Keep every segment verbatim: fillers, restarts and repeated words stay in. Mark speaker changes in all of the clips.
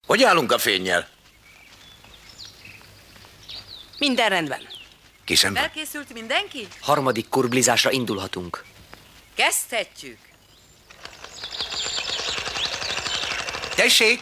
Speaker 1: Hogy állunk a fénnyel?
Speaker 2: Minden rendben.
Speaker 1: Készen van?
Speaker 3: Felkészült mindenki?
Speaker 4: Harmadik kurblizásra indulhatunk.
Speaker 3: Kezdhetjük.
Speaker 1: Tessék!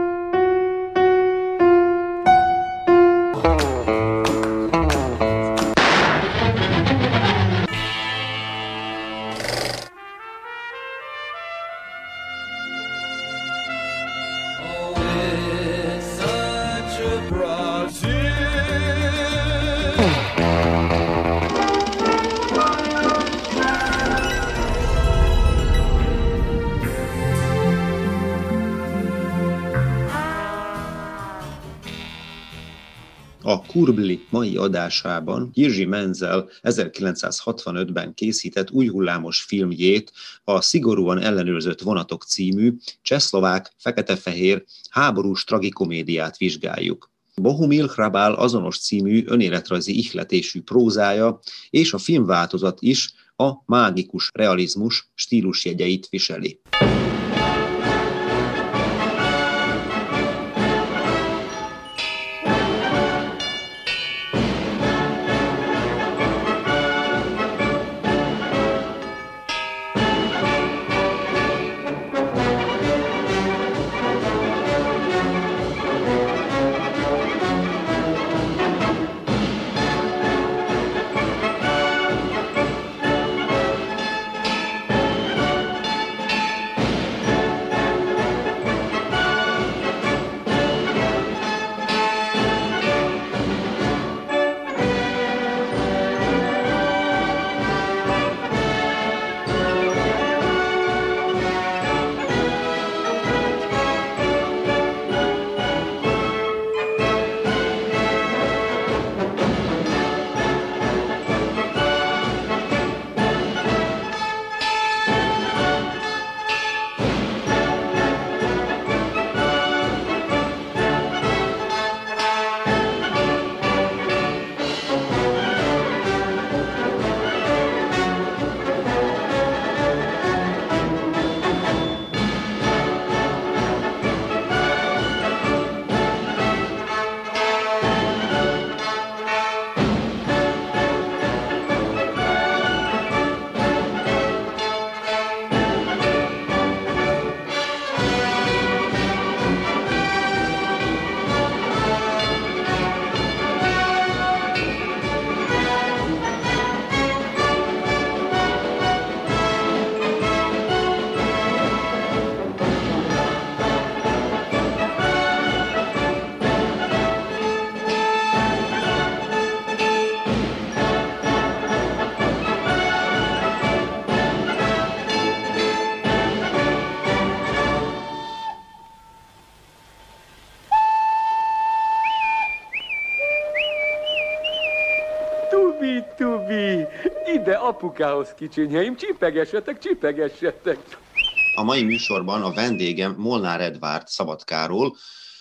Speaker 5: A Kurbli mai adásában Jiří Menzel ezerkilencszázhatvanötben készített újhullámos filmjét, a Szigorúan ellenőrzött vonatok című csehszlovák fekete-fehér háborús tragikomédiát vizsgáljuk. Bohumil Hrabal azonos című önéletrajzi ihletésű prózája és a filmváltozat is a mágikus realizmus stílusjegyeit viseli.
Speaker 6: Tubi, ide apukához, kicsinyeim, csipegessetek, csipegessetek.
Speaker 5: A mai műsorban a vendégem Molnár Edvárd Szabadkáról.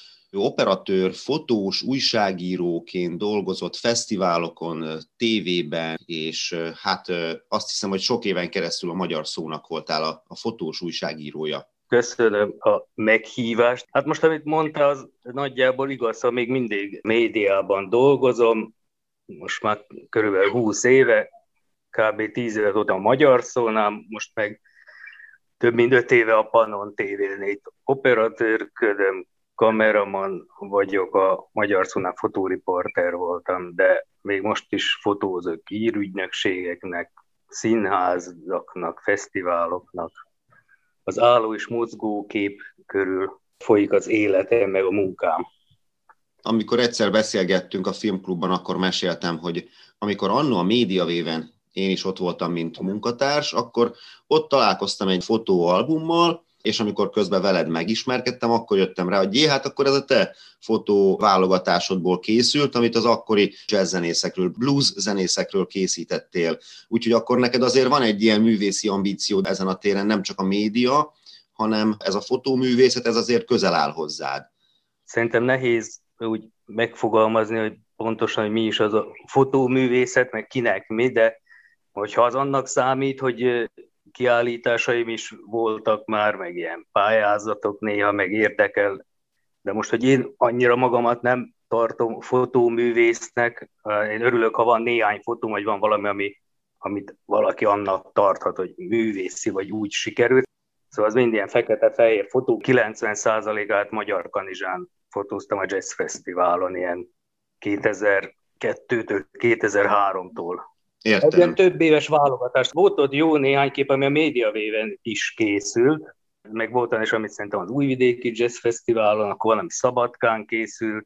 Speaker 5: Ő operatőr, fotós, újságíróként dolgozott fesztiválokon, tévében, és hát azt hiszem, hogy sok éven keresztül a Magyar Szónak voltál a, a fotós újságírója.
Speaker 6: Köszönöm a meghívást. Hát most, amit mondta, az nagyjából igaz, ha még mindig médiában dolgozom, most már körülbelül húsz éve, kb. tíz évet óta a Magyar Szónál, most meg több mint öt éve a Pannon té vén itt operatőrködöm, kameraman vagyok, a Magyar Szónál fotóriporter voltam, de még most is fotózok hírügynökségeknek, színházaknak, fesztiváloknak. Az álló és mozgó kép körül folyik az életem, meg a munkám.
Speaker 5: Amikor egyszer beszélgettünk a filmklubban, akkor meséltem, hogy amikor annó a Médiavéven én is ott voltam, mint munkatárs, akkor ott találkoztam egy fotóalbummal, és amikor közben veled megismerkedtem, akkor jöttem rá, hogy jé, hát akkor ez a te fotóválogatásodból készült, amit az akkori jazz zenészekről, blues zenészekről készítettél. Úgyhogy akkor neked azért van egy ilyen művészi ambíciód ezen a téren, nem csak a média, hanem ez a fotóművészet, ez azért közel áll hozzád.
Speaker 6: Szerintem nehéz úgy megfogalmazni, hogy pontosan, hogy mi is az a fotóművészet, meg kinek mi, de hogyha az annak számít, hogy kiállításaim is voltak már, meg ilyen pályázatok néha, meg érdekel De most, hogy én annyira magamat nem tartom fotóművésznek, én örülök, ha van néhány fotóm, vagy van valami, ami, amit valaki annak tarthat, hogy művészi, vagy úgy sikerült. Szóval az mind ilyen fekete-fehér fotó. kilencven százalékát Magyar Kanizsán fotóztam a Jazz Fesztiválon, ilyen kétezer-kettőtől kétezer-háromtól.
Speaker 5: Értem.
Speaker 6: Ez ilyen több éves válogatás. Volt ott jó néhány kép, ami a Médiavéven is készült, meg volt olyan is, amit szerintem az Újvidéki Jazz Fesztiválon, akkor valami Szabadkán készült.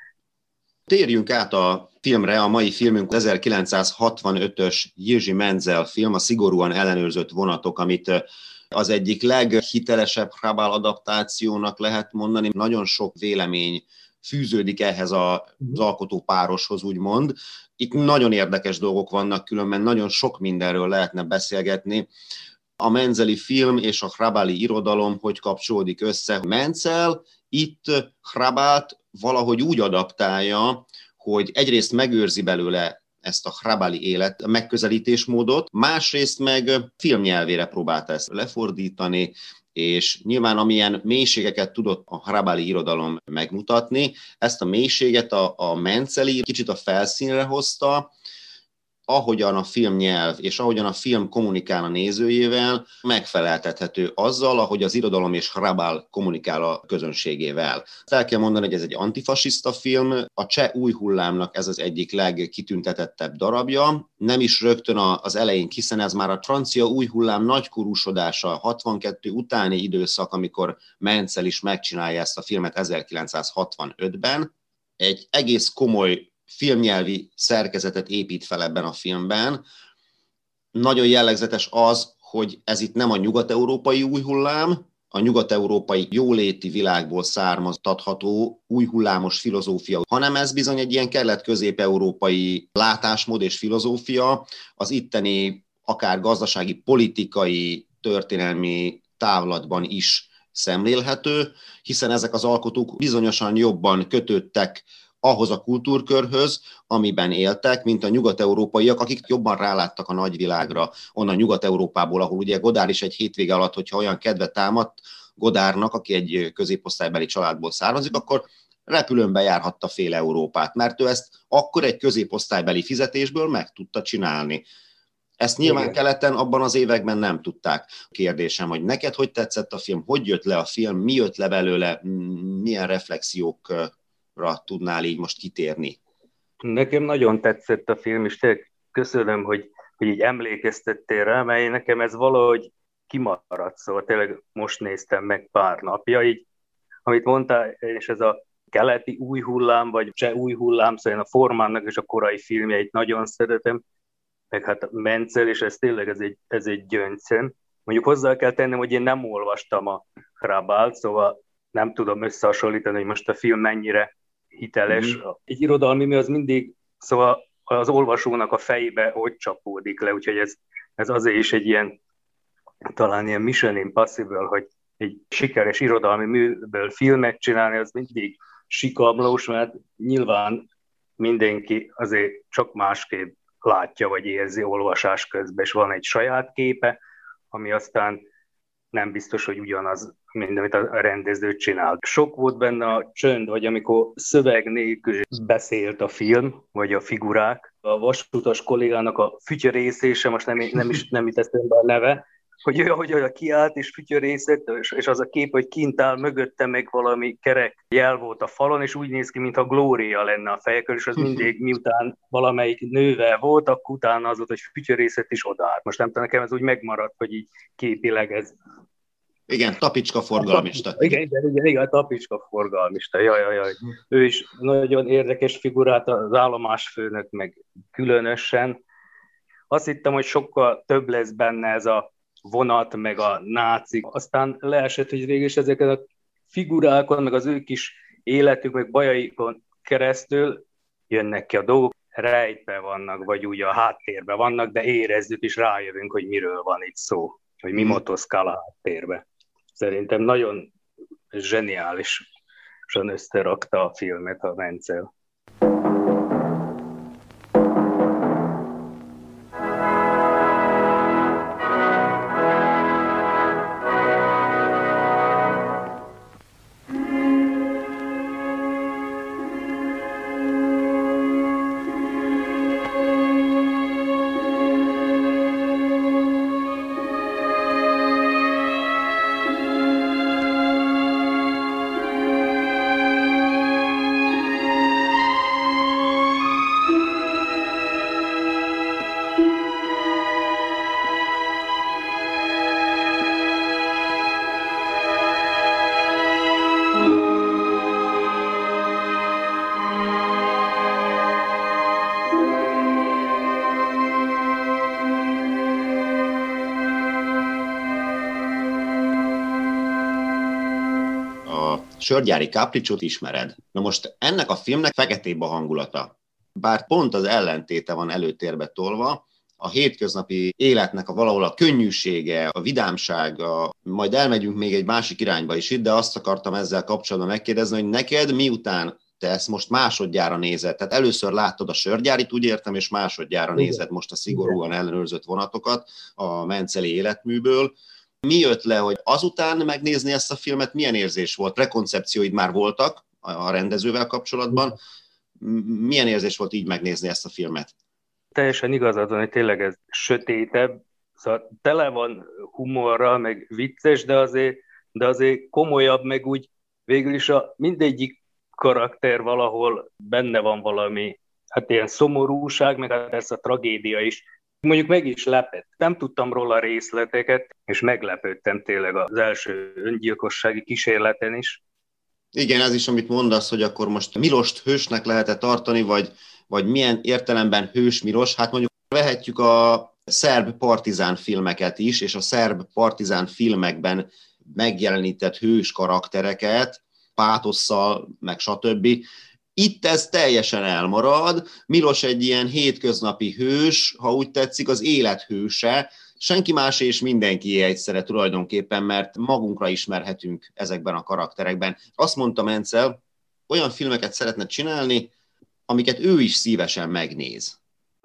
Speaker 5: Térjünk át a filmre, a mai filmünk ezerkilencszázhatvanötös Jiří Menzel film, a Szigorúan ellenőrzött vonatok, amit az egyik leghitelesebb Hrabal adaptációnak lehet mondani. Nagyon sok vélemény fűződik ehhez az alkotópároshoz, úgymond. Itt nagyon érdekes dolgok vannak, különben nagyon sok mindenről lehetne beszélgetni. A menzeli film és a hrabali irodalom hogy kapcsolódik össze. Menzel itt Hrabalt valahogy úgy adaptálja, hogy egyrészt megőrzi belőle ezt a hrabali élet megközelítésmódot, másrészt meg filmnyelvére próbálta ezt lefordítani, és nyilván amilyen mélységeket tudott a hrabali irodalom megmutatni, ezt a mélységet a, a Menzeli kicsit a felszínre hozta, ahogyan a filmnyelv és ahogyan a film kommunikál a nézőjével, megfeleltethető azzal, ahogy az irodalom és Hrabal kommunikál a közönségével. El kell mondani, hogy ez egy antifasiszta film, a cseh új hullámnak ez az egyik legkitüntetettebb darabja, nem is rögtön az elején, hiszen ez már a francia új hullám nagykorúsodása, hatvankettő utáni időszak, amikor Menzel is megcsinálja ezt a filmet ezerkilencszázhatvanötben. Egy egész komoly filmnyelvi szerkezetet épít fel ebben a filmben. Nagyon jellegzetes az, hogy ez itt nem a nyugat-európai új hullám, a nyugat-európai jóléti világból származtatható új hullámos filozófia, hanem ez bizony egy ilyen kelet-közép-európai látásmód és filozófia, az itteni akár gazdasági, politikai, történelmi távlatban is szemlélhető, hiszen ezek az alkotók bizonyosan jobban kötődtek ahhoz a kultúrkörhöz, amiben éltek, mint a nyugat-európaiak, akik jobban ráláttak a nagyvilágra, onnan Nyugat-Európából, ahol ugye Godard is egy hétvége alatt, hogyha olyan kedve támadt Godardnak, aki egy középosztálybeli családból származik, akkor repülőn bejárhatta fél Európát, mert ő ezt akkor egy középosztálybeli fizetésből meg tudta csinálni. Ezt nyilván Igen. keleten abban az években nem tudták. Kérdésem, hogy neked hogy tetszett a film, hogy jött le a film, mi jött le belőle, milyen reflexiók tudnál így most kitérni?
Speaker 6: Nekem nagyon tetszett a film, és tényleg köszönöm, hogy, hogy így emlékeztettél rá, mert nekem ez valahogy kimaradt, szóval tényleg most néztem meg pár napja, így, amit mondtál, és ez a keleti új hullám, vagy cseh új hullám, szóval én a Formannak és a korai filmjeit nagyon szeretem, meg hát Menzel, és ez tényleg ez egy, ez egy gyöngyszem. Mondjuk hozzá kell tennem, hogy én nem olvastam a Hrabalt, szóval nem tudom összehasonlítani, hogy most a film mennyire hiteles. Mm. Egy irodalmi mű az mindig, szóval az olvasónak a fejébe hogy csapódik le, úgyhogy ez, ez azért is egy ilyen, talán ilyen mission impossible, hogy egy sikeres irodalmi műből filmet csinálni, az mindig sikamlós, mert nyilván mindenki azért csak másképp látja, vagy érzi olvasás közben, és van egy saját képe, ami aztán nem biztos, hogy ugyanaz, mint amit a rendező csinál. Sok volt benne a csönd, vagy amikor szöveg nélkül beszélt a film, vagy a figurák. A vasutas kollégának a fütyörészése, most nem, nem is nem jut eszembe a neve, hogy ő, hogy olyan kiállt és fütyörészett, és az a kép, hogy kint áll mögötte meg valami kerek jel volt a falon, és úgy néz ki, mintha Glória lenne a fejekről, és az mindig miután valamelyik nővel volt, akkor utána az volt, hogy fütyörészett is odállt. Most nem tudom, nekem ez úgy megmaradt, hogy így képileg ez.
Speaker 5: Igen, Tapicska forgalmista.
Speaker 6: Igen, igen, igen, igen, Tapicska forgalmista. Jaj, jaj, jaj. Ő is nagyon érdekes figurát, az állomásfőnök meg különösen. Azt hittem, hogy sokkal több lesz benne ez a vonat, meg a nácik. Aztán leesett, hogy végül is ezeken a figurákon, meg az ő kis életük, meg bajaikon keresztül jönnek ki a dolgok, rejtve vannak, vagy úgy a háttérben vannak, de érezzük és rájövünk, hogy miről van itt szó, hogy mi motoszkál a háttérbe. Szerintem nagyon zseniálisan összerakta a filmet a Menzel.
Speaker 5: Sörgyári Capricciót ismered. Na most ennek a filmnek feketébb a hangulata. Bár pont az ellentéte van előtérbe tolva, a hétköznapi életnek a valahol a könnyűsége, a vidámsága, majd elmegyünk még egy másik irányba is itt, de azt akartam ezzel kapcsolatban megkérdezni, hogy neked miután te ezt most másodjára nézed, tehát először láttad a Sörgyárit, úgy értem, és másodjára Igen. nézed most a szigorúan ellenőrzött vonatokat a Menczeli életműből. Mi jött le, hogy azután megnézni ezt a filmet, milyen érzés volt? Prekoncepcióid már voltak a rendezővel kapcsolatban. Milyen érzés volt így megnézni ezt a filmet?
Speaker 6: Teljesen igazad van, hogy tényleg ez sötétebb, szóval tele van humorral, meg vicces, de azért, de azért komolyabb, meg úgy végül is a mindegyik karakter valahol benne van valami, hát ilyen szomorúság, meg hát ez a tragédia is. Mondjuk meg is lepett. Nem tudtam róla részleteket, és meglepődtem tényleg az első öngyilkossági kísérleten is.
Speaker 5: Igen, ez is, amit mondasz, hogy akkor most Milost hősnek lehet-e tartani, vagy, vagy milyen értelemben hős Milos. Hát mondjuk vehetjük a szerb partizán filmeket is, és a szerb partizán filmekben megjelenített hős karaktereket, pátosszal, meg stb. Itt ez teljesen elmarad. Milos egy ilyen hétköznapi hős, ha úgy tetszik, az élet hőse. Senki más és mindenki egyszerre tulajdonképpen, mert magunkra ismerhetünk ezekben a karakterekben. Azt mondta Menczell, olyan filmeket szeretne csinálni, amiket ő is szívesen megnéz.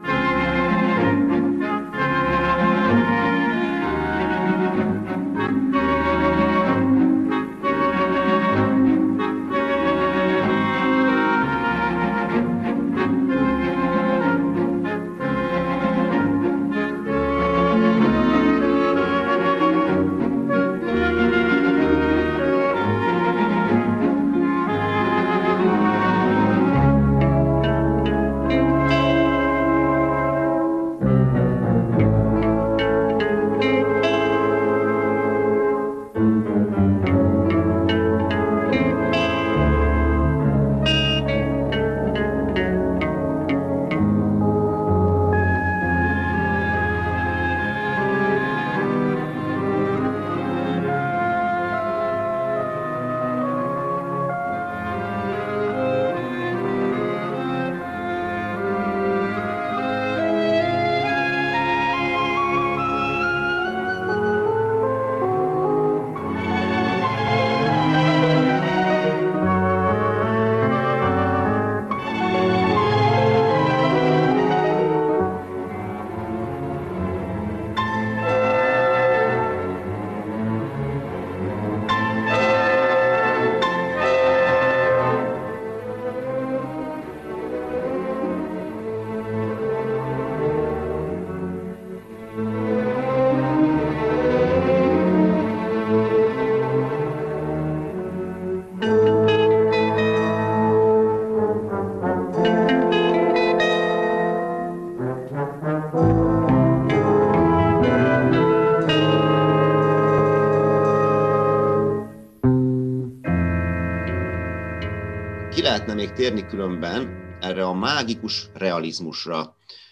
Speaker 5: Lehetne még térni különben erre a mágikus realizmusra,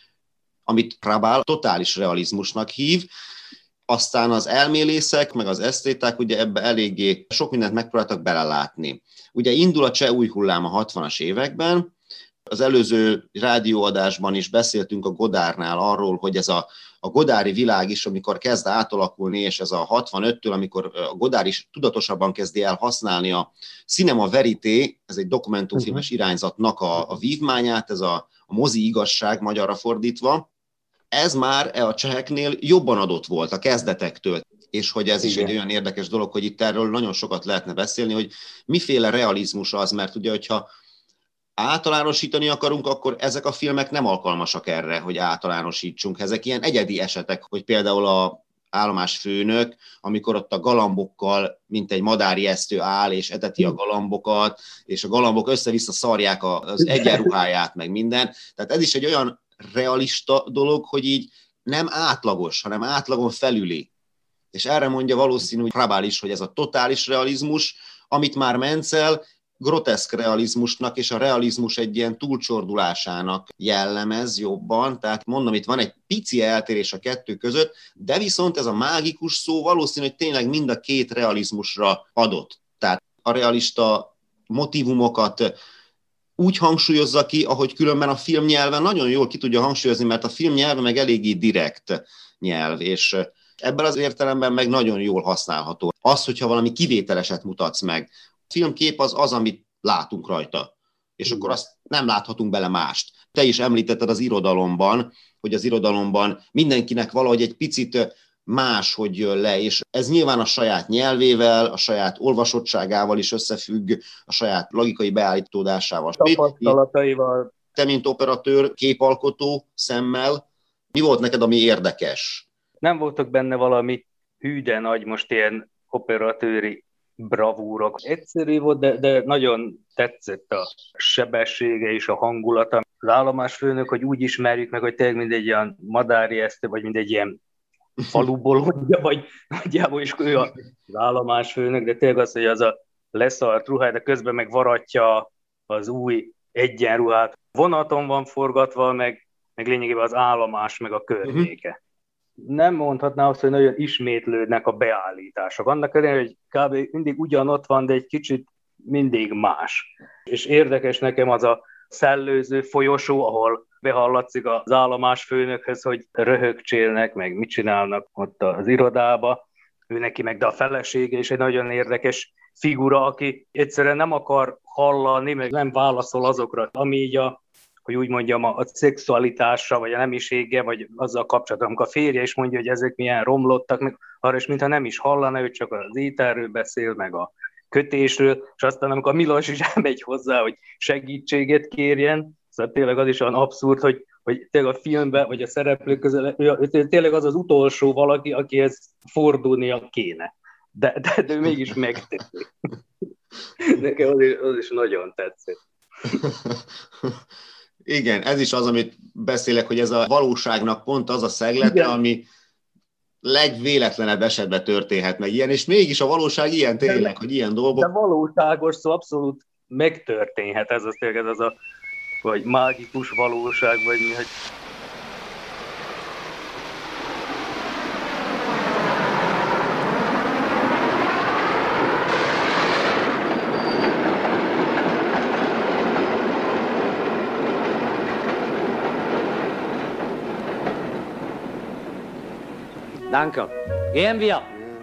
Speaker 5: amit Hrabal totális realizmusnak hív, aztán az elmélészek, meg az esztéták ugye ebbe eléggé sok mindent megpróbáltak belelátni. Ugye indul a cseh új hullám a hatvanas években, az előző rádióadásban is beszéltünk a Godárnál arról, hogy ez a, a godári világ is, amikor kezd átalakulni, és ez a hatvanöttől, amikor a Godár is tudatosabban kezdi el használni a Cinema Verité, ez egy dokumentumfilmes irányzatnak a, a vívmányát, ez a, a mozi igazság magyarra fordítva, ez már a cseheknél jobban adott volt a kezdetektől, és hogy ez Igen. is egy olyan érdekes dolog, hogy itt erről nagyon sokat lehetne beszélni, hogy miféle realizmus az, mert ugye, hogyha általánosítani akarunk, akkor ezek a filmek nem alkalmasak erre, hogy általánosítsunk. Ezek ilyen egyedi esetek, hogy például a állomásfőnök, amikor ott a galambokkal, mint egy madárijesztő áll, és eteti a galambokat, és a galambok össze-vissza szarják az egyenruháját, meg minden. Tehát ez is egy olyan realista dolog, hogy így nem átlagos, hanem átlagon felüli. És erre mondja valószínű Hrabal is, hogy ez a totális realizmus, amit már Menczell groteszk realizmusnak, és a realizmus egy ilyen túlcsordulásának jellemez jobban, tehát mondom, itt van egy pici eltérés a kettő között, de viszont ez a mágikus szó valószínű, hogy tényleg mind a két realizmusra adott. Tehát a realista motívumokat úgy hangsúlyozza ki, ahogy különben a filmnyelven nagyon jól ki tudja hangsúlyozni, mert a filmnyelve meg eléggé direkt nyelv, és ebben az értelemben meg nagyon jól használható. Az, hogyha valami kivételeset mutatsz meg. A filmkép az az, amit látunk rajta, és akkor azt nem láthatunk bele mást. Te is említetted az irodalomban, hogy az irodalomban mindenkinek valahogy egy picit más, hogy jön le, és ez nyilván a saját nyelvével, a saját olvasottságával is összefügg, a saját logikai beállítódásával.
Speaker 6: Tapasztalataival.
Speaker 5: Te, mint operatőr, képalkotó szemmel, mi volt neked, ami érdekes?
Speaker 6: Nem voltak benne valami hű de nagy, most ilyen operatőri bravúrok. Egyszerű volt, de, de nagyon tetszett a sebessége és a hangulata. Az állomásfőnök, hogy úgy ismerjük meg, hogy tényleg mindegy ilyen madárjesztő, vagy mindegy ilyen falubolondja, vagy nagyjából is ő az állomásfőnök, de tényleg az, hogy az a leszart ruhája, de közben meg varatja az új egyenruhát. Vonaton van forgatva, meg, meg lényegében az állomás, meg a környéke. Uh-huh. Nem mondhatná azt, hogy nagyon ismétlődnek a beállítások. Annak ellenére, hogy kb. Mindig ugyanott van, de egy kicsit mindig más. És érdekes nekem az a szellőző folyosó, ahol behallatszik az állomásfőnökhöz, hogy röhögcsélnek, meg mit csinálnak ott az irodába. Ő neki meg, de a felesége is egy nagyon érdekes figura, aki egyszerűen nem akar hallani, meg nem válaszol azokra, ami így a, hogy úgy mondjam, a, a szexualitása, vagy a nemisége, vagy azzal kapcsolatban, amikor a férje is mondja, hogy ezek milyen romlottak, meg arra is, mintha nem is hallana, ő csak az ételről beszél, meg a kötésről, és aztán amikor a Milos is elmegy hozzá, hogy segítséget kérjen, szóval tényleg az is olyan abszurd, hogy, hogy tényleg a filmben, vagy a szereplők közül, tényleg az az utolsó valaki, akihez fordulnia kéne. De, de, de ő mégis megteszi. Nekem az is, az is nagyon tetszett.
Speaker 5: Igen, ez is az, amit beszélek, hogy ez a valóságnak pont az a szeglete, igen, ami legvéletlenebb esetben történhet meg ilyen, és mégis a valóság ilyen tényleg, de, hogy ilyen dolgok.
Speaker 6: De valóságos, szóval abszolút megtörténhet ez az, ez az a, vagy mágikus valóság, vagy mi, hogy...
Speaker 4: Danke. Gehen wir.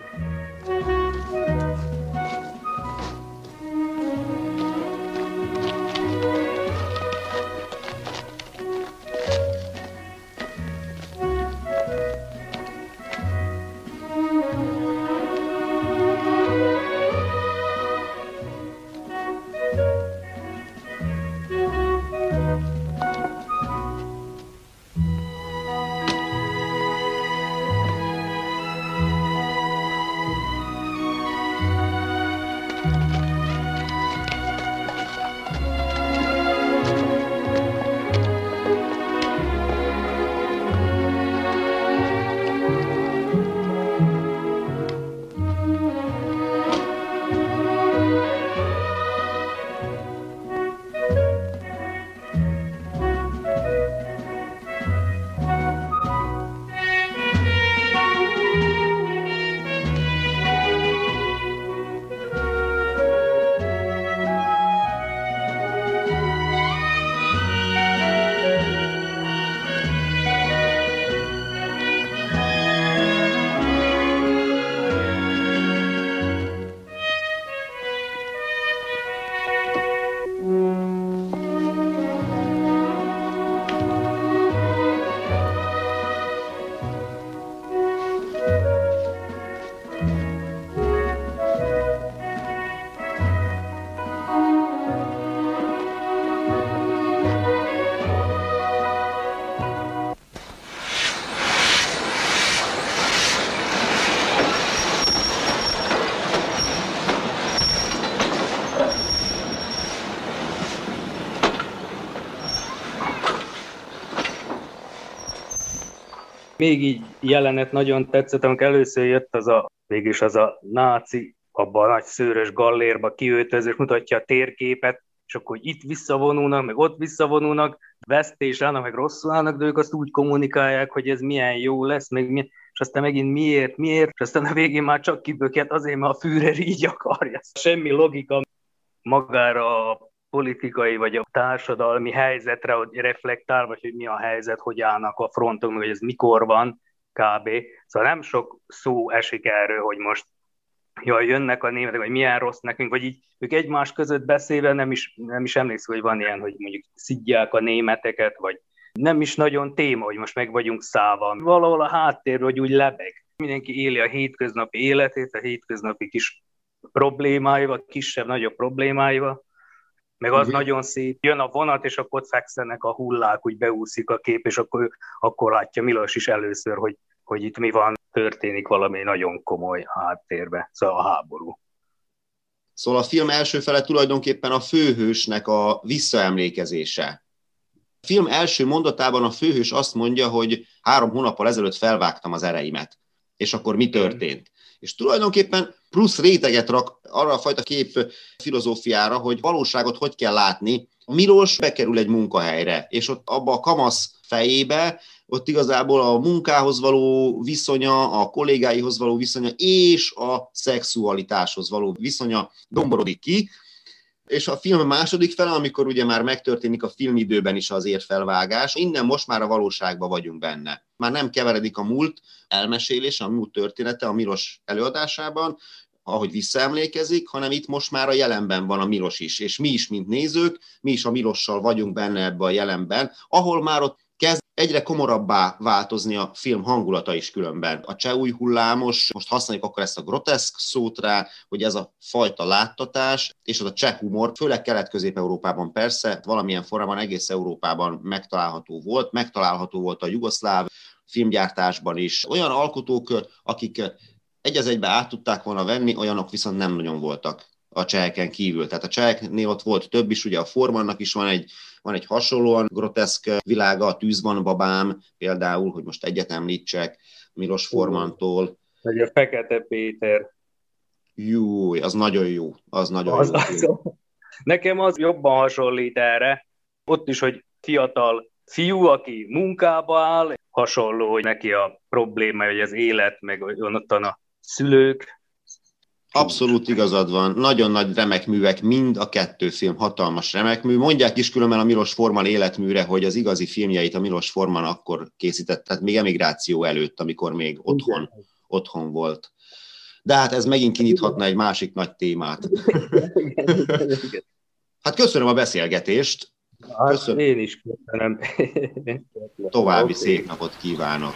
Speaker 6: Még így jelenet nagyon tetszett, amikor először jött az a, végülis az a náci, abban a nagy szőrös gallérba kiöltöző, és mutatja a térképet, és akkor itt visszavonulnak, meg ott visszavonulnak, vesztés állnak, meg rosszul állnak, de ők azt úgy kommunikálják, hogy ez milyen jó lesz, meg milyen... és aztán megint miért, miért, és aztán a végén már csak kibökett, azért, mert a Führer így akarja. Semmi logika magára a politikai vagy a társadalmi helyzetre, hogy reflektál, vagy hogy mi a helyzet, hogy állnak a fronton, hogy ez mikor van, kb. Szóval nem sok szó esik erről, hogy most jaj, jönnek a németek, vagy milyen rossz nekünk, vagy így ők egymás között beszélve nem is, nem is emlékszem, hogy van ilyen, hogy mondjuk szidják a németeket, vagy nem is nagyon téma, hogy most meg vagyunk szállva. Valahol a háttérről, hogy úgy lebeg. Mindenki éli a hétköznapi életét, a hétköznapi kis problémáival, kisebb-nagyobb problémáival, meg az uh-huh. nagyon szép. Jön a vonat, és akkor fekszenek a hullák, úgy beúszik a kép, és akkor, akkor látja Milos is először, hogy, hogy itt mi van, történik valami nagyon komoly háttérbe, szóval a háború.
Speaker 5: Szóval a film első fele tulajdonképpen a főhősnek a visszaemlékezése. A film első mondatában a főhős azt mondja, hogy három hónappal ezelőtt felvágtam az ereimet, és akkor mi történt? És tulajdonképpen plusz réteget rak arra a fajta kép filozófiára, hogy valóságot hogy kell látni. Milos bekerül egy munkahelyre, és ott abba a kamasz fejébe, ott igazából a munkához való viszonya, a kollégáihoz való viszonya és a szexualitáshoz való viszonya domborodik ki, és a film második fele, amikor ugye már megtörténik a filmidőben is az érfelvágás, innen most már a valóságban vagyunk benne. Már nem keveredik a múlt elmesélése, a múlt története a Milos előadásában, ahogy visszaemlékezik, hanem itt most már a jelenben van a Milos is, és mi is, mint nézők, mi is a Milossal vagyunk benne ebben a jelenben, ahol már ott kezd egyre komorabbá változni a film hangulata is különben. A cseh új hullámos, most használjuk akkor ezt a groteszk szót rá, hogy ez a fajta láttatás, és az a cseh humor, főleg Kelet-Közép-Európában persze, valamilyen formában egész Európában megtalálható volt, megtalálható volt a jugoszláv filmgyártásban is. Olyan alkotók, akik egy az egybe át tudták volna venni, olyanok viszont nem nagyon voltak a cseheken kívül. Tehát a cseheknél ott volt több is, ugye a Formannak is van egy, van egy hasonlóan groteszk világa, a Tűz van babám például, hogy most egyet említsek, Milos Formantól.
Speaker 6: Vagy a Fekete Péter.
Speaker 5: Júj, az nagyon jó. Az nagyon
Speaker 6: az,
Speaker 5: jó.
Speaker 6: Az, nekem az jobban hasonlít erre. Ott is, hogy fiatal fiú, aki munkába áll, hasonló, hogy neki a probléma, hogy az élet, meg ottan a szülők.
Speaker 5: Abszolút igazad van. Nagyon nagy remek művek, mind a kettő film hatalmas remek mű. Mondják is különben a Milos Forman életműre, hogy az igazi filmjeit a Milos Forman akkor készített, tehát még emigráció előtt, amikor még otthon, otthon volt. De hát ez megint kinyithatna egy másik nagy témát. Hát köszönöm a beszélgetést.
Speaker 6: Köszönöm. Én is köszönöm.
Speaker 5: További szép napot kívánok.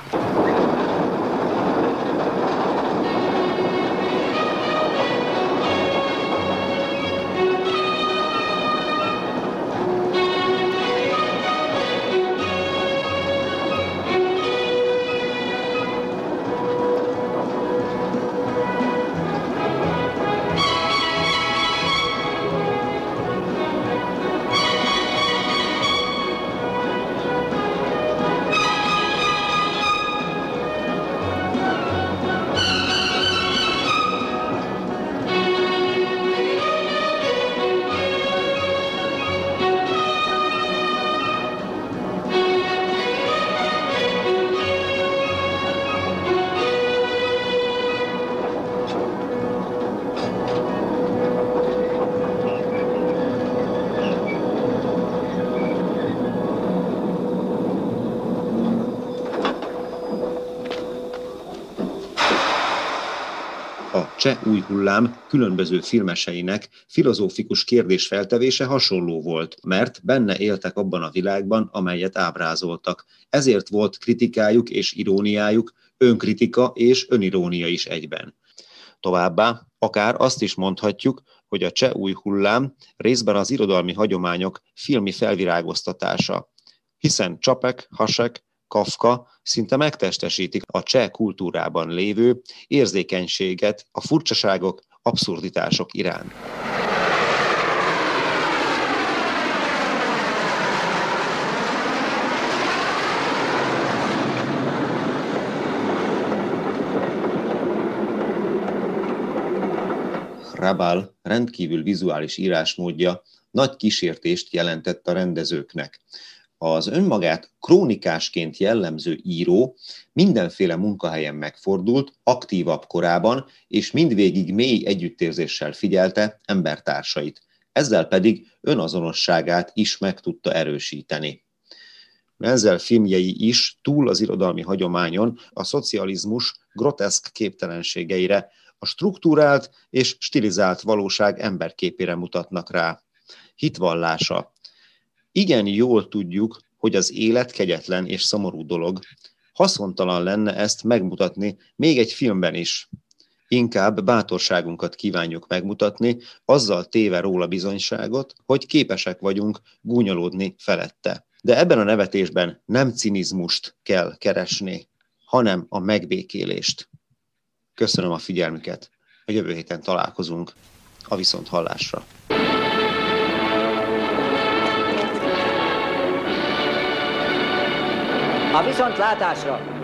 Speaker 5: A cseh új hullám különböző filmeseinek filozófikus kérdésfeltevése hasonló volt, mert benne éltek abban a világban, amelyet ábrázoltak. Ezért volt kritikájuk és iróniájuk, önkritika és önirónia is egyben. Továbbá akár azt is mondhatjuk, hogy a cseh új hullám részben az irodalmi hagyományok filmi felvirágoztatása, hiszen Čapek, Hašek, Kafka szinte megtestesítik a cseh kultúrában lévő érzékenységet a furcsaságok, abszurditások iránt. Hrabal rendkívül vizuális írásmódja nagy kísértést jelentett a rendezőknek. Az önmagát krónikásként jellemző író mindenféle munkahelyen megfordult, aktívabb korában, és mindvégig mély együttérzéssel figyelte embertársait. Ezzel pedig önazonosságát is meg tudta erősíteni. Menzel filmjei is túl az irodalmi hagyományon a szocializmus groteszk képtelenségeire, a struktúrált és stilizált valóság emberképére mutatnak rá. Hitvallása. Igen jól tudjuk, hogy az élet kegyetlen és szomorú dolog. Haszontalan lenne ezt megmutatni még egy filmben is. Inkább bátorságunkat kívánjuk megmutatni, azzal téve róla bizonyságot, hogy képesek vagyunk gúnyolódni felette. De ebben a nevetésben nem cinizmust kell keresni, hanem a megbékélést. Köszönöm a figyelmüket. A jövő héten találkozunk. A viszonthallásra.
Speaker 4: A viszontlátásra!